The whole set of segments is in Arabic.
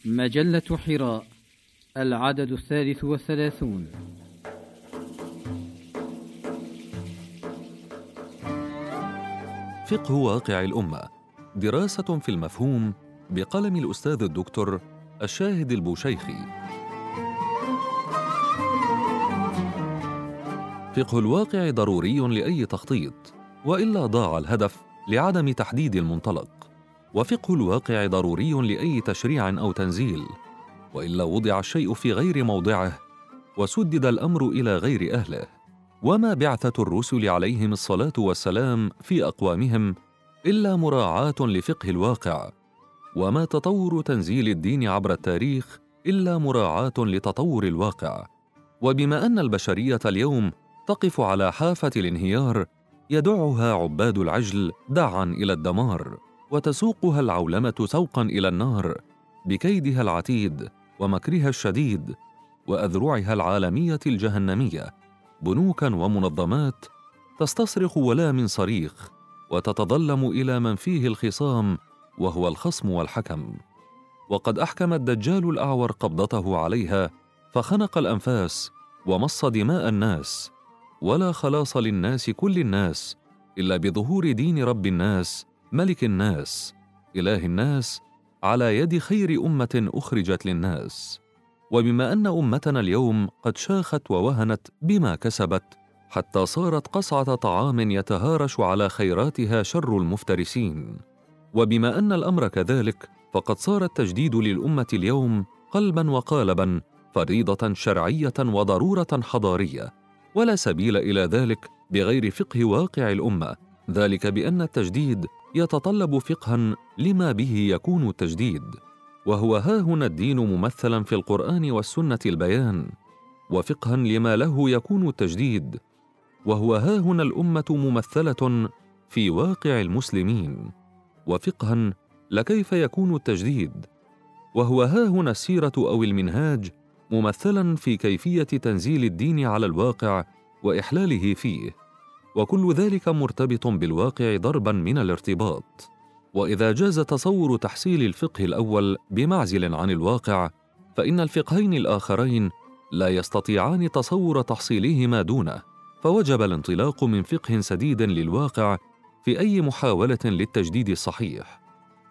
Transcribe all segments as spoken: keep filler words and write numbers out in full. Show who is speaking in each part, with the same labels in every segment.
Speaker 1: مجلة حراء، العدد الثالث والثلاثون.
Speaker 2: فقه واقع الأمة، دراسة في المفهوم، بقلم الأستاذ الدكتور الشاهد البوشيخي. فقه الواقع ضروري لأي تخطيط، وإلا ضاع الهدف لعدم تحديد المنطلق. وفقه الواقع ضروري لأي تشريع أو تنزيل، وإلا وضع الشيء في غير موضعه وسدد الأمر إلى غير أهله. وما بعثة الرسل عليهم الصلاة والسلام في أقوامهم إلا مراعاة لفقه الواقع، وما تطور تنزيل الدين عبر التاريخ إلا مراعاة لتطور الواقع. وبما أن البشرية اليوم تقف على حافة الانهيار، يدعها عباد العجل دعا إلى الدمار، وتسوقها العولمة سوقا إلى النار بكيدها العتيد ومكرها الشديد وأذرعها العالمية الجهنمية، بنوكا ومنظمات تستصرخ ولا من صريخ، وتتظلم إلى من فيه الخصام وهو الخصم والحكم. وقد أحكم الدجال الأعور قبضته عليها، فخنق الأنفاس ومص دماء الناس، ولا خلاص للناس كل الناس إلا بظهور دين رب الناس ملك الناس إله الناس على يد خير أمة أخرجت للناس. وبما أن أمتنا اليوم قد شاخت ووهنت بما كسبت، حتى صارت قصعة طعام يتهارش على خيراتها شر المفترسين، وبما أن الأمر كذلك، فقد صار التجديد للأمة اليوم قلبا وقالبا، فريضة شرعية وضرورة حضارية، ولا سبيل إلى ذلك بغير فقه واقع الأمة، ذلك بأن التجديد يتطلب فقها لما به يكون التجديد، وهو ها هنا الدين ممثلا في القرآن والسنة البيان، وفقها لما له يكون التجديد، وهو ها هنا الأمة ممثلة في واقع المسلمين، وفقها لكيف يكون التجديد، وهو ها هنا السيرة أو المنهاج ممثلا في كيفية تنزيل الدين على الواقع وإحلاله فيه، وكل ذلك مرتبط بالواقع ضربا من الارتباط. وإذا جاز تصور تحصيل الفقه الأول بمعزل عن الواقع، فإن الفقهين الآخرين لا يستطيعان تصور تحصيلهما دونه، فوجب الانطلاق من فقه سديد للواقع في أي محاولة للتجديد الصحيح.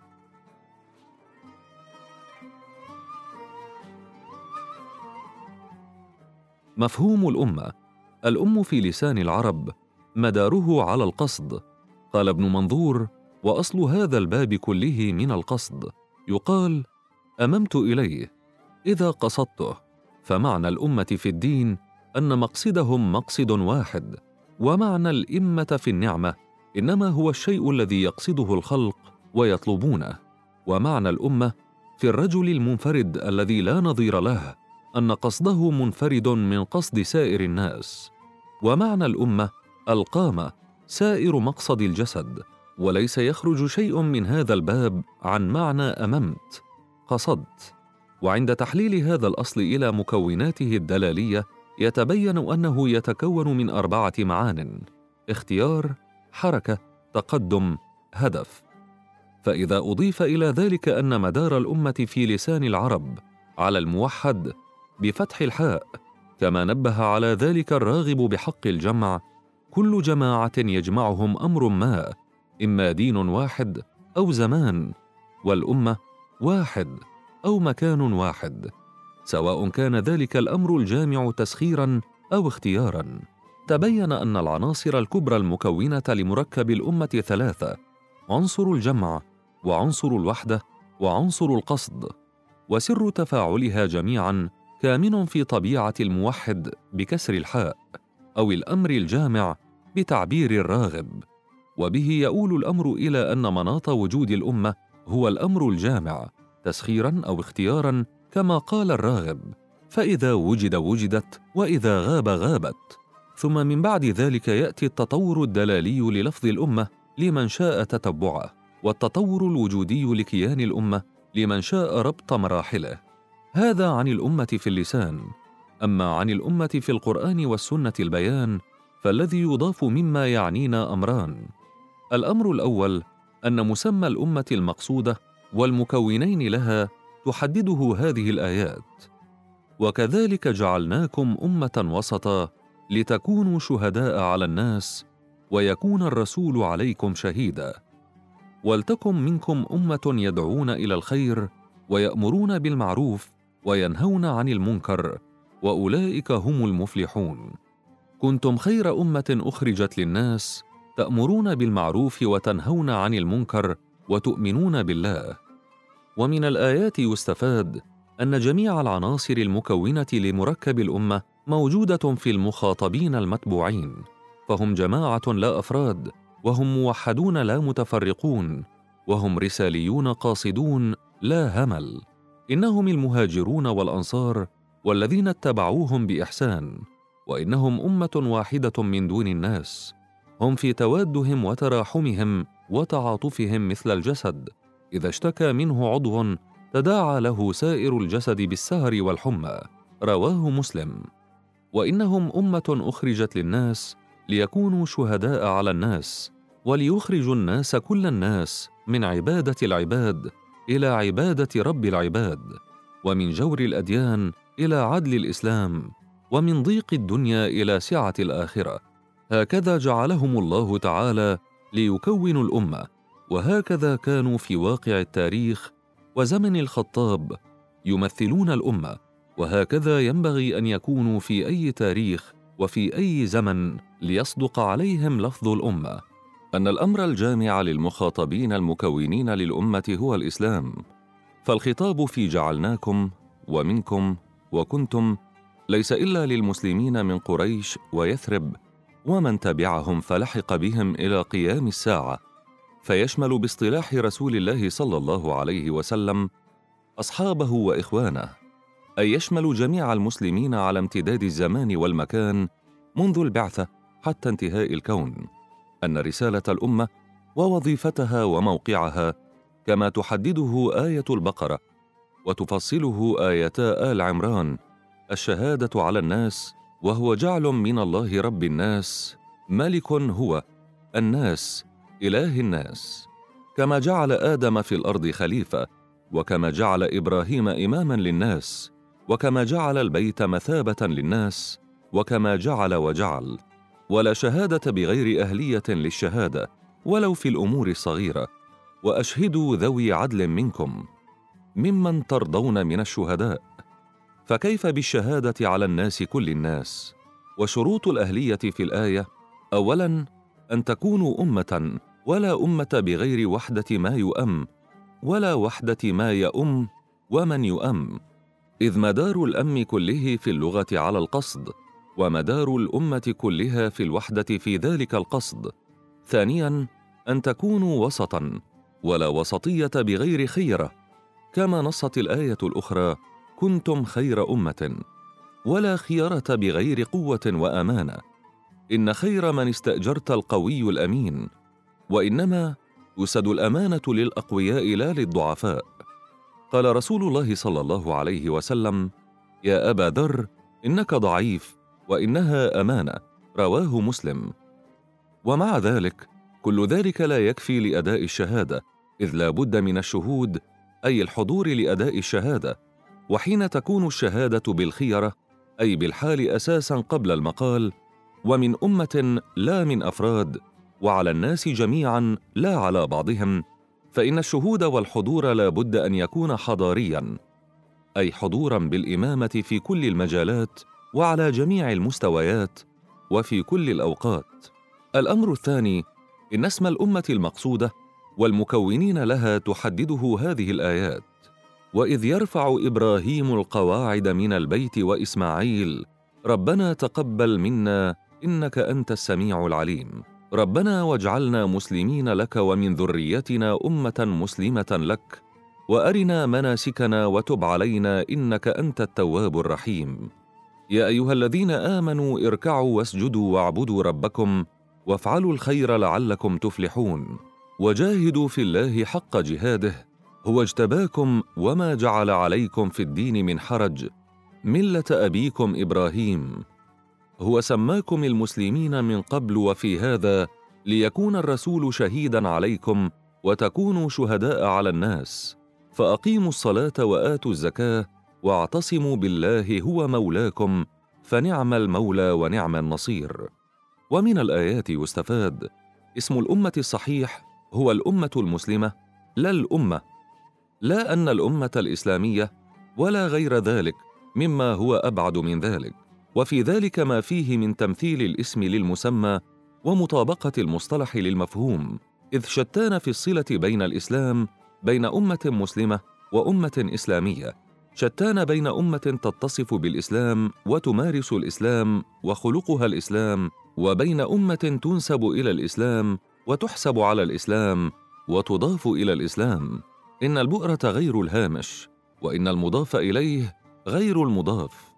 Speaker 2: مفهوم الأمة. الأم في لسان العرب مداره على القصد. قال ابن منظور: وأصل هذا الباب كله من القصد، يقال أممت إليه إذا قصدته. فمعنى الأمة في الدين أن مقصدهم مقصد واحد، ومعنى الإمة في النعمة إنما هو الشيء الذي يقصده الخلق ويطلبونه. ومعنى الأمة في الرجل المنفرد الذي لا نظير له أن قصده منفرد من قصد سائر الناس. ومعنى الأمة القامة، سائر مقصد الجسد، وليس يخرج شيء من هذا الباب عن معنى أممت، قصدت. وعند تحليل هذا الأصل إلى مكوناته الدلالية، يتبين أنه يتكون من أربعة معان: اختيار، حركة، تقدم، هدف. فإذا أضيف إلى ذلك أن مدار الأمة في لسان العرب على الموحد بفتح الحاء، كما نبه على ذلك الراغب بحق الجمع، كل جماعة يجمعهم أمر ما، إما دين واحد أو زمان، والأمة واحد أو مكان واحد، سواء كان ذلك الأمر الجامع تسخيرا أو اختيارا. تبين أن العناصر الكبرى المكونة لمركب الأمة ثلاثة: عنصر الجمع، وعنصر الوحدة، وعنصر القصد. وسر تفاعلها جميعا كامن في طبيعة الموحد بكسر الحاء، أو الأمر الجامع بتعبير الراغب. وبه يؤول الأمر إلى أن مناط وجود الأمة هو الأمر الجامع تسخيرا أو اختيارا، كما قال الراغب: فإذا وجد وجدت، وإذا غاب غابت. ثم من بعد ذلك يأتي التطور الدلالي للفظ الأمة لمن شاء تتبعه، والتطور الوجودي لكيان الأمة لمن شاء ربط مراحله. هذا عن الأمة في اللسان. أما عن الأمة في القرآن والسنة البيان، فالذي يضاف مما يعنينا أمران: الأمر الأول أن مسمى الأمة المقصودة والمكونين لها تحدده هذه الآيات: وكذلك جعلناكم أمة وسطا لتكونوا شهداء على الناس ويكون الرسول عليكم شهيدا، ولتكن منكم أمة يدعون إلى الخير ويأمرون بالمعروف وينهون عن المنكر وأولئك هم المفلحون. كنتم خير أمة أخرجت للناس تأمرون بالمعروف وتنهون عن المنكر وتؤمنون بالله. ومن الآيات يستفاد أن جميع العناصر المكونة لمركب الأمة موجودة في المخاطبين المتبوعين، فهم جماعة لا أفراد، وهم موحدون لا متفرقون، وهم رساليون قاصدون لا همل. إنهم المهاجرون والأنصار والذين اتبعوهم بإحسان، وإنهم أمة واحدة من دون الناس. هم في توادهم وتراحمهم وتعاطفهم مثل الجسد، إذا اشتكى منه عضو تداعى له سائر الجسد بالسهر والحمى، رواه مسلم. وإنهم أمة أخرجت للناس ليكونوا شهداء على الناس، وليخرجوا الناس كل الناس من عبادة العباد إلى عبادة رب العباد، ومن جور الأديان إلى عدل الإسلام، ومن ضيق الدنيا إلى سعة الآخرة. هكذا جعلهم الله تعالى ليكونوا الأمة، وهكذا كانوا في واقع التاريخ وزمن الخطاب يمثلون الأمة، وهكذا ينبغي أن يكونوا في أي تاريخ وفي أي زمن ليصدق عليهم لفظ الأمة. أن الأمر الجامع للمخاطبين المكونين للأمة هو الإسلام، فالخطاب في جعلناكم ومنكم وكنتم ليس إلا للمسلمين من قريش ويثرب ومن تبعهم فلحق بهم إلى قيام الساعة، فيشمل باصطلاح رسول الله صلى الله عليه وسلم أصحابه وإخوانه، أي يشمل جميع المسلمين على امتداد الزمان والمكان منذ البعثة حتى انتهاء الكون. أن رسالة الأمة ووظيفتها وموقعها كما تحدده آية البقرة وتفصله آيتا آل عمران: الشهادة على الناس، وهو جعل من الله رب الناس، ملك هو الناس، إله الناس، كما جعل آدم في الأرض خليفة، وكما جعل إبراهيم إماما للناس، وكما جعل البيت مثابة للناس، وكما جعل وجعل. ولا شهادة بغير أهلية للشهادة ولو في الأمور الصغيرة، وأشهدوا ذوي عدل منكم ممن ترضون من الشهداء. فكيف بالشهادة على الناس كل الناس؟ وشروط الأهلية في الآية: أولاً أن تكونوا أمة، ولا أمة بغير وحدة ما يؤم، ولا وحدة ما يؤم ومن يؤم، إذ مدار الأم كله في اللغة على القصد، ومدار الأمة كلها في الوحدة في ذلك القصد. ثانياً أن تكونوا وسطاً، ولا وسطية بغير خيرة، كما نصت الآية الأخرى: كنتم خير أمة، ولا خيرة بغير قوة وأمانة، إن خير من استأجرت القوي الأمين، وإنما تسد الأمانة للأقوياء لا للضعفاء. قال رسول الله صلى الله عليه وسلم: يا أبا ذر، إنك ضعيف وإنها أمانة، رواه مسلم. ومع ذلك كل ذلك لا يكفي لأداء الشهادة، إذ لا بد من الشهود، أي الحضور لأداء الشهادة. وحين تكون الشهادة بالخيرة، أي بالحال أساساً قبل المقال، ومن أمة لا من أفراد، وعلى الناس جميعاً لا على بعضهم، فإن الشهود والحضور لا بد أن يكون حضارياً، أي حضوراً بالإمامة في كل المجالات وعلى جميع المستويات وفي كل الأوقات. الأمر الثاني: إن اسم الأمة المقصودة والمكونين لها تحدده هذه الآيات: وإذ يرفع إبراهيم القواعد من البيت وإسماعيل ربنا تقبل منا إنك أنت السميع العليم، ربنا واجعلنا مسلمين لك ومن ذريتنا أمة مسلمة لك، وأرنا مناسكنا وتب علينا إنك أنت التواب الرحيم. يا أيها الذين آمنوا اركعوا واسجدوا واعبدوا ربكم وافعلوا الخير لعلكم تفلحون، وجاهدوا في الله حق جهاده، هو اجتباكم وما جعل عليكم في الدين من حرج، ملة أبيكم إبراهيم، هو سماكم المسلمين من قبل وفي هذا ليكون الرسول شهيداً عليكم وتكونوا شهداء على الناس، فأقيموا الصلاة وآتوا الزكاة واعتصموا بالله هو مولاكم فنعم المولى ونعم النصير. ومن الآيات يستفاد اسم الأمة الصحيح هو الأمة المسلمة، لا الأمة، لا أن الأمة الإسلامية ولا غير ذلك مما هو أبعد من ذلك. وفي ذلك ما فيه من تمثيل الاسم للمسمى ومطابقة المصطلح للمفهوم، إذ شتان في الصلة بين الإسلام بين أمة مسلمة وأمة إسلامية، شتان بين أمة تتصف بالإسلام وتمارس الإسلام وخلقها الإسلام، وبين أمة تنسب إلى الإسلام وتحسب على الإسلام وتضاف إلى الإسلام. إن البؤرة غير الهامش، وإن المضاف إليه غير المضاف.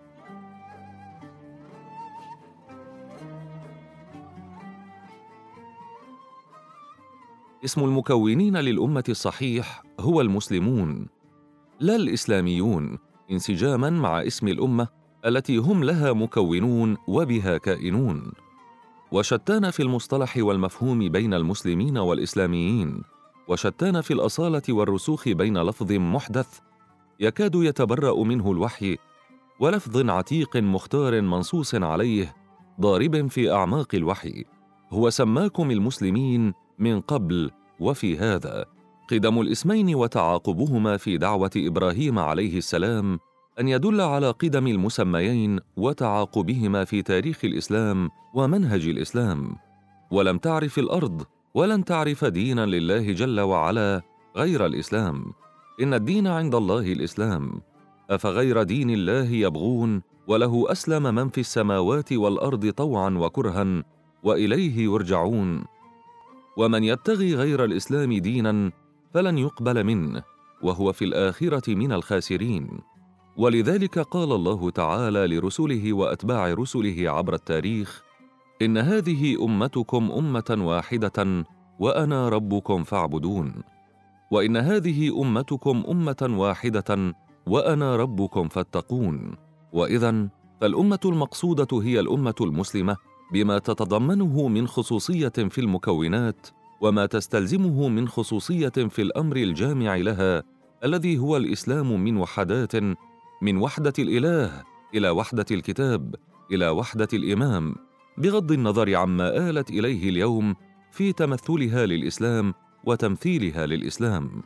Speaker 2: اسم المكونين للأمة الصحيح هو المسلمون، لا الإسلاميون، انسجاماً مع اسم الأمة التي هم لها مكونون وبها كائنون. وشتان في المصطلح والمفهوم بين المسلمين والإسلاميين، وشتان في الأصالة والرسوخ بين لفظ محدث يكاد يتبرأ منه الوحي ولفظ عتيق مختار منصوص عليه ضارب في أعماق الوحي. هو سماكم المسلمين من قبل وفي هذا. قدم الاسمين وتعاقبهما في دعوة إبراهيم عليه السلام أن يدل على قدم المسميين وتعاقبهما في تاريخ الإسلام ومنهج الإسلام. ولم تعرف الأرض ولن تعرف دينا لله جل وعلا غير الإسلام. إن الدين عند الله الإسلام. أفغير دين الله يبغون وله أسلم من في السماوات والأرض طوعا وكرها وإليه يرجعون. ومن يبتغي غير الإسلام دينا فلن يقبل منه وهو في الآخرة من الخاسرين. ولذلك قال الله تعالى لرسله وأتباع رسله عبر التاريخ: إن هذه أمتكم أمة واحدة وأنا ربكم فاعبدون. وإن هذه أمتكم أمة واحدة وأنا ربكم فاتقون. وإذن فالأمة المقصودة هي الأمة المسلمة بما تتضمنه من خصوصية في المكونات وما تستلزمه من خصوصية في الأمر الجامع لها الذي هو الإسلام، من وحدات، من وحدة الإله إلى وحدة الكتاب إلى وحدة الإمام، بغض النظر عما آلت إليه اليوم في تمثلها للإسلام وتمثيلها للإسلام.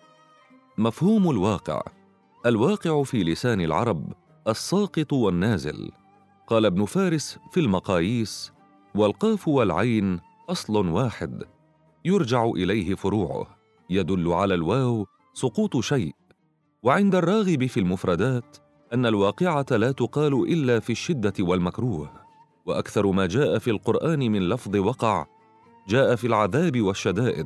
Speaker 2: مفهوم الواقع. الواقع في لسان العرب الساقط والنازل. قال ابن فارس في المقاييس: والقاف والعين أصل واحد يرجع إليه فروعه، يدل على الواو سقوط شيء. وعند الراغب في المفردات أن الواقعة لا تقال إلا في الشدة والمكروه، وأكثر ما جاء في القرآن من لفظ وقع جاء في العذاب والشدائد.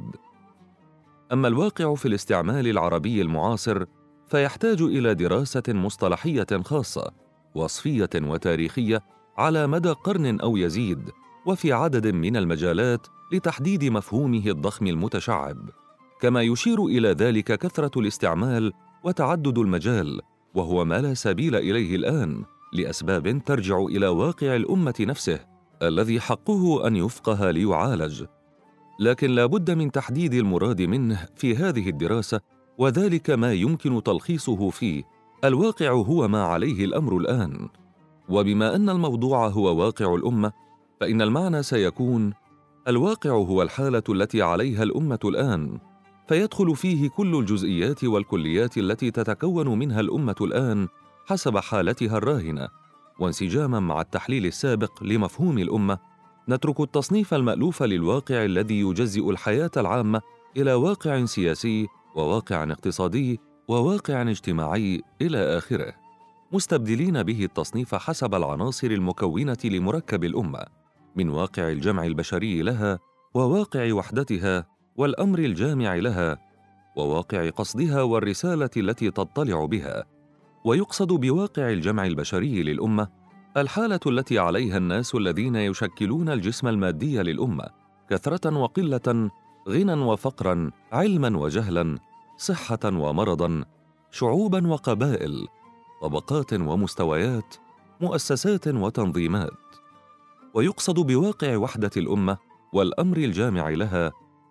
Speaker 2: أما الواقع في الاستعمال العربي المعاصر فيحتاج إلى دراسة مصطلحية خاصة وصفية وتاريخية على مدى قرن أو يزيد، وفي عدد من المجالات لتحديد مفهومه الضخم المتشعب. كما يشير إلى ذلك كثرة الاستعمال وتعدد المجال، وهو ما لا سبيل إليه الآن لأسباب ترجع إلى واقع الأمة نفسه الذي حقه أن يفقه ليعالج. لكن لا بد من تحديد المراد منه في هذه الدراسة، وذلك ما يمكن تلخيصه فيه: الواقع هو ما عليه الأمر الآن. وبما أن الموضوع هو واقع الأمة، فإن المعنى سيكون: الواقع هو الحالة التي عليها الأمة الآن، فيدخل فيه كل الجزئيات والكليات التي تتكون منها الأمة الآن حسب حالتها الراهنة. وانسجاما مع التحليل السابق لمفهوم الأمة، نترك التصنيف المألوف للواقع الذي يجزئ الحياة العامة إلى واقع سياسي وواقع اقتصادي وواقع اجتماعي إلى آخره، مستبدلين به التصنيف حسب العناصر المكونة لمركب الأمة، من واقع الجمع البشري لها، وواقع وحدتها والأمر الجامع لها، وواقع قصدها والرسالة التي تطلع بها. ويقصد بواقع الجمع البشري للأمة الحالة التي عليها الناس الذين يشكلون الجسم المادي للأمة، كثرة وقلة، غنى وفقرا، علما وجهلا، صحة ومرضا، شعوبا وقبائل، طبقات ومستويات، مؤسسات وتنظيمات. ويقصد بواقع وحدة الأمة والأمر الجامع لها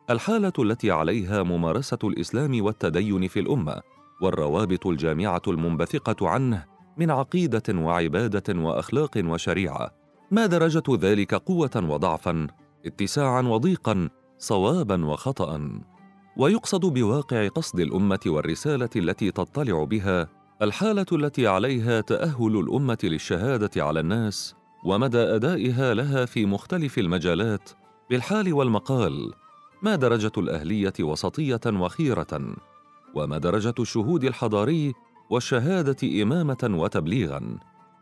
Speaker 2: الحالة التي عليها ممارسة الإسلام والتدين في الأمة، والروابط الجامعة المنبثقة عنه من عقيدة وعبادة وأخلاق وشريعة. ما درجة ذلك قوة وضعفاً، اتساعاً وضيقاً، صواباً وخطأً؟ ويقصد بواقع قصد الأمة والرسالة التي تطلع بها الحالة التي عليها تأهل الأمة للشهادة على الناس ومدى أدائها لها في مختلف المجالات بالحال والمقال. ما درجة الأهلية وسطية وخيرة؟ وما درجة الشهود الحضاري والشهادة إمامة وتبليغاً؟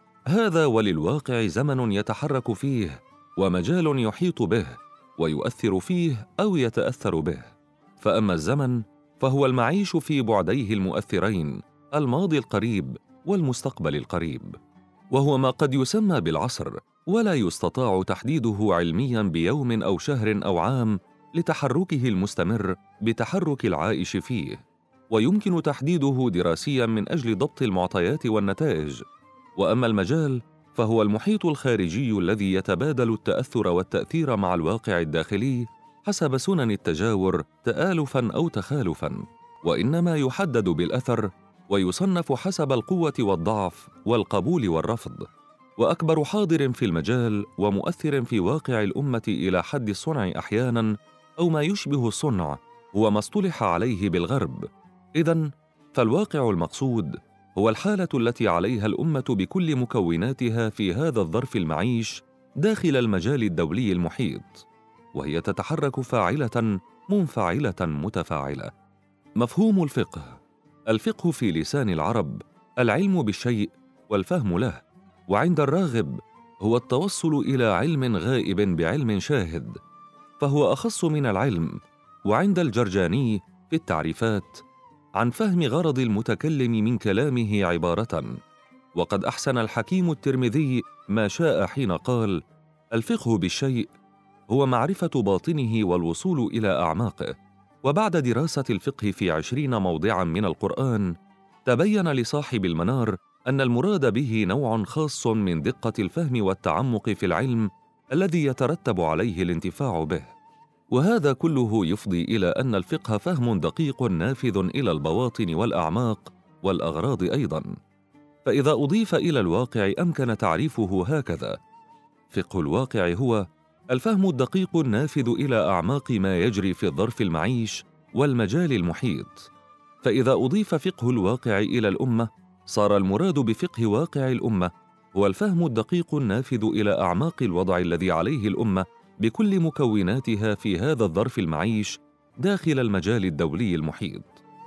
Speaker 2: هذا وللواقع زمن يتحرك فيه ومجال يحيط به ويؤثر فيه أو يتأثر به. فأما الزمن فهو المعيش في بعديه المؤثرين، الماضي القريب والمستقبل القريب، وهو ما قد يسمى بالعصر، ولا يستطاع تحديده علمياً بيوم أو شهر أو عام لتحركه المستمر بتحرك العائش فيه، ويمكن تحديده دراسياً من أجل ضبط المعطيات والنتائج. وأما المجال فهو المحيط الخارجي الذي يتبادل التأثر والتأثير مع الواقع الداخلي حسب سنن التجاور تآلفاً أو تخالفاً، وإنما يحدد بالأثر ويصنف حسب القوة والضعف والقبول والرفض. وأكبر حاضر في المجال ومؤثر في واقع الأمة إلى حد الصنع أحياناً أو ما يشبه الصنع هو ما اصطلح عليه بالغرب. إذن فالواقع المقصود هو الحالة التي عليها الأمة بكل مكوناتها في هذا الظرف المعيش داخل المجال الدولي المحيط، وهي تتحرك فاعلة منفعلة متفاعلة. مفهوم الفقه. الفقه في لسان العرب العلم بالشيء والفهم له، وعند الراغب هو التوصل إلى علم غائب بعلم شاهد، فهو أخص من العلم. وعند الجرجاني في التعريفات عن فهم غرض المتكلم من كلامه عبارة. وقد أحسن الحكيم الترمذي ما شاء حين قال: الفقه بالشيء هو معرفة باطنه والوصول إلى أعماقه. وبعد دراسة الفقه في عشرين موضعاً من القرآن تبين لصاحب المنار أن المراد به نوع خاص من دقة الفهم والتعمق في العلم الذي يترتب عليه الانتفاع به. وهذا كله يفضي إلى أن الفقه فهم دقيق نافذ إلى البواطن والأعماق والأغراض أيضاً. فإذا أضيف إلى الواقع أمكن تعريفه هكذا: فقه الواقع هو الفهم الدقيق النافذ إلى أعماق ما يجري في الظرف المعيش والمجال المحيط. فإذا أضيف فقه الواقع إلى الأمة صار المراد بفقه واقع الأمة هو الفهم الدقيق النافذ إلى أعماق الوضع الذي عليه الأمة بكل مكوناتها في هذا الظرف المعيش داخل المجال الدولي المحيط.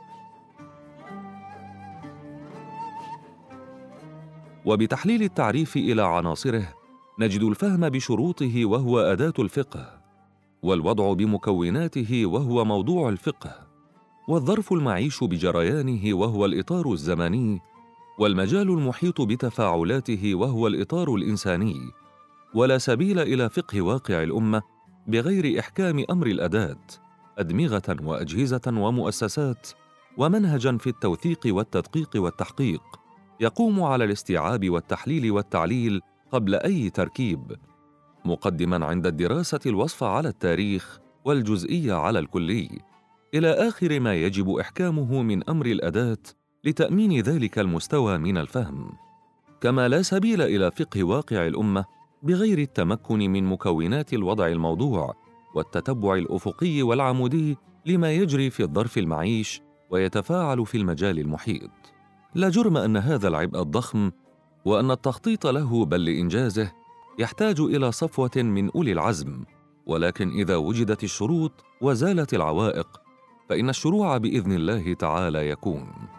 Speaker 2: وبتحليل التعريف إلى عناصره نجد الفهم بشروطه وهو أداة الفقه، والوضع بمكوناته وهو موضوع الفقه، والظرف المعيش بجريانه وهو الإطار الزمني، والمجال المحيط بتفاعلاته وهو الإطار الإنساني. ولا سبيل إلى فقه واقع الأمة بغير إحكام أمر الأداة، أدمغة وأجهزة ومؤسسات ومنهجاً في التوثيق والتدقيق والتحقيق يقوم على الاستيعاب والتحليل والتعليل قبل أي تركيب، مقدماً عند الدراسة الوصف على التاريخ والجزئية على الكلي، إلى آخر ما يجب إحكامه من أمر الأداة لتأمين ذلك المستوى من الفهم. كما لا سبيل إلى فقه واقع الأمة بغير التمكن من مكونات الوضع الموضوع والتتبع الأفقي والعمودي لما يجري في الظرف المعيش ويتفاعل في المجال المحيط. لا جرم أن هذا العبء الضخم وأن التخطيط له بل لإنجازه يحتاج إلى صفوة من أولي العزم، ولكن إذا وجدت الشروط وزالت العوائق فإن الشروع بإذن الله تعالى يكون.